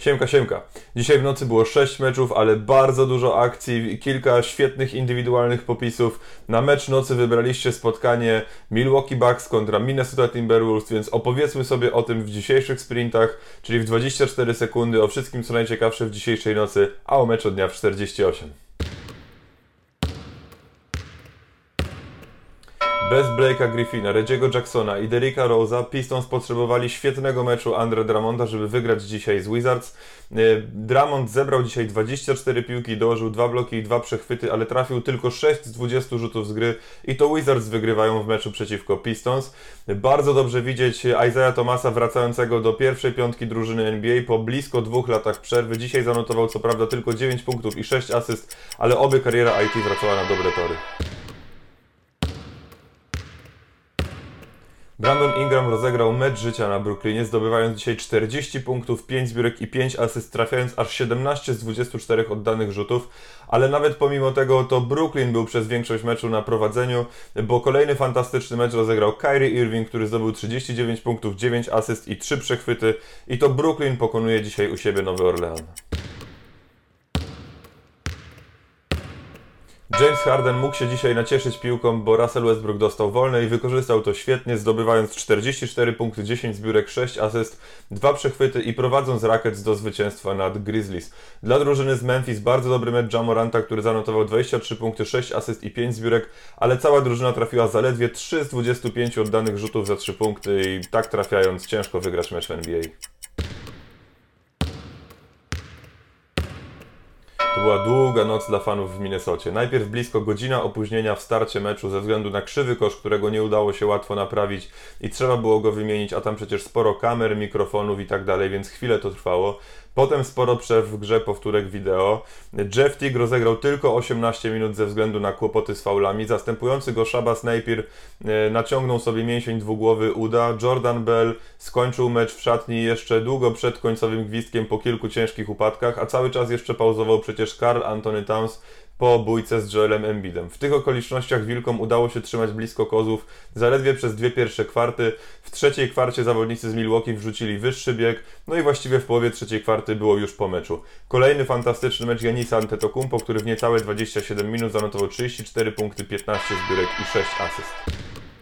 Siemka, siemka. Dzisiaj w nocy było 6 meczów, ale bardzo dużo akcji, kilka świetnych indywidualnych popisów. Na mecz nocy wybraliście spotkanie Milwaukee Bucks kontra Minnesota Timberwolves, więc opowiedzmy sobie o tym w dzisiejszych sprintach, czyli w 24 sekundy, o wszystkim co najciekawsze w dzisiejszej nocy, a o meczu dnia w 48. Bez Blake'a Griffina, Reggie'ego Jacksona i Derricka Rose'a Pistons potrzebowali świetnego meczu Andre Drummonda, żeby wygrać dzisiaj z Wizards. Drummond zebrał dzisiaj 24 piłki, dołożył 2 bloki i 2 przechwyty, ale trafił tylko 6 z 20 rzutów z gry i to Wizards wygrywają w meczu przeciwko Pistons. Bardzo dobrze widzieć Isaiah Thomasa wracającego do pierwszej piątki drużyny NBA po blisko 2 latach przerwy. Dzisiaj zanotował co prawda tylko 9 punktów i 6 asyst, ale oby kariera IT wracała na dobre tory. Brandon Ingram rozegrał mecz życia na Brooklynie, zdobywając dzisiaj 40 punktów, 5 zbiórek i 5 asyst, trafiając aż 17 z 24 oddanych rzutów, ale nawet pomimo tego to Brooklyn był przez większość meczu na prowadzeniu, bo kolejny fantastyczny mecz rozegrał Kyrie Irving, który zdobył 39 punktów, 9 asyst i 3 przechwyty i to Brooklyn pokonuje dzisiaj u siebie Nowy Orlean. James Harden mógł się dzisiaj nacieszyć piłką, bo Russell Westbrook dostał wolne i wykorzystał to świetnie, zdobywając 44 punkty, 10 zbiórek, 6 asyst, 2 przechwyty i prowadząc Rockets do zwycięstwa nad Grizzlies. Dla drużyny z Memphis bardzo dobry mecz Ja Moranta, który zanotował 23 punkty, 6 asyst i 5 zbiórek, ale cała drużyna trafiła zaledwie 3 z 25 oddanych rzutów za 3 punkty i tak trafiając ciężko wygrać mecz w NBA. To była długa noc dla fanów w Minnesocie. Najpierw blisko godzina opóźnienia w starcie meczu ze względu na krzywy kosz, którego nie udało się łatwo naprawić i trzeba było go wymienić, a tam przecież sporo kamer, mikrofonów i tak dalej, więc chwilę to trwało. Potem sporo przerw w grze, powtórek wideo. Jeff Teague rozegrał tylko 18 minut ze względu na kłopoty z faulami. Zastępujący go Shabazz Napier naciągnął sobie mięsień dwugłowy uda. Jordan Bell skończył mecz w szatni jeszcze długo przed końcowym gwizdkiem po kilku ciężkich upadkach, a cały czas jeszcze pauzował przecież Karl Anthony Towns po bójce z Joelem Embiidem. W tych okolicznościach Wilkom udało się trzymać blisko kozłów zaledwie przez 2 pierwsze kwarty. W trzeciej kwarcie zawodnicy z Milwaukee wrzucili wyższy bieg, no i właściwie w połowie trzeciej kwarty było już po meczu. Kolejny fantastyczny mecz Giannisa Antetokounmpo, który w niecałe 27 minut zanotował 34 punkty, 15 zbiórek i 6 asyst.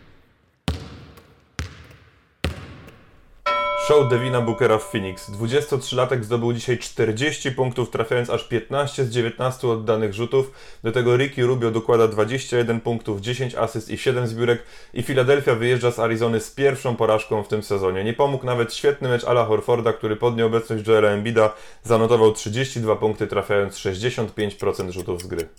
Show Devina Bookera w Phoenix. 23-latek zdobył dzisiaj 40 punktów, trafiając aż 15 z 19 oddanych rzutów. Do tego Ricky Rubio dokłada 21 punktów, 10 asyst i 7 zbiórek i Philadelphia wyjeżdża z Arizony z pierwszą porażką w tym sezonie. Nie pomógł nawet świetny mecz Ala Horforda, który pod nieobecność Joela Embida zanotował 32 punkty, trafiając 65% rzutów z gry.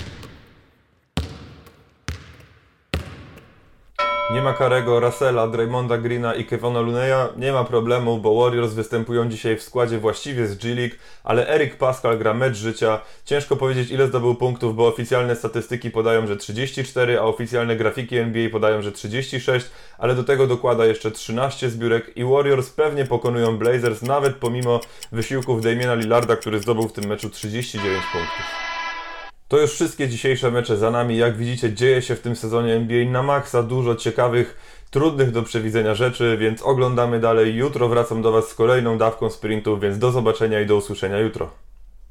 Nie ma Karego, Russella, Draymonda Greena i Kevona Looney'a, nie ma problemu, bo Warriors występują dzisiaj w składzie właściwie z G-League, ale Eric Pascal gra mecz życia. Ciężko powiedzieć ile zdobył punktów, bo oficjalne statystyki podają, że 34, a oficjalne grafiki NBA podają, że 36, ale do tego dokłada jeszcze 13 zbiórek i Warriors pewnie pokonują Blazers, nawet pomimo wysiłków Damiana Lillarda, który zdobył w tym meczu 39 punktów. To już wszystkie dzisiejsze mecze za nami. Jak widzicie, dzieje się w tym sezonie NBA na maksa dużo ciekawych, trudnych do przewidzenia rzeczy, więc oglądamy dalej. Jutro wracam do Was z kolejną dawką sprintów, więc do zobaczenia i do usłyszenia jutro.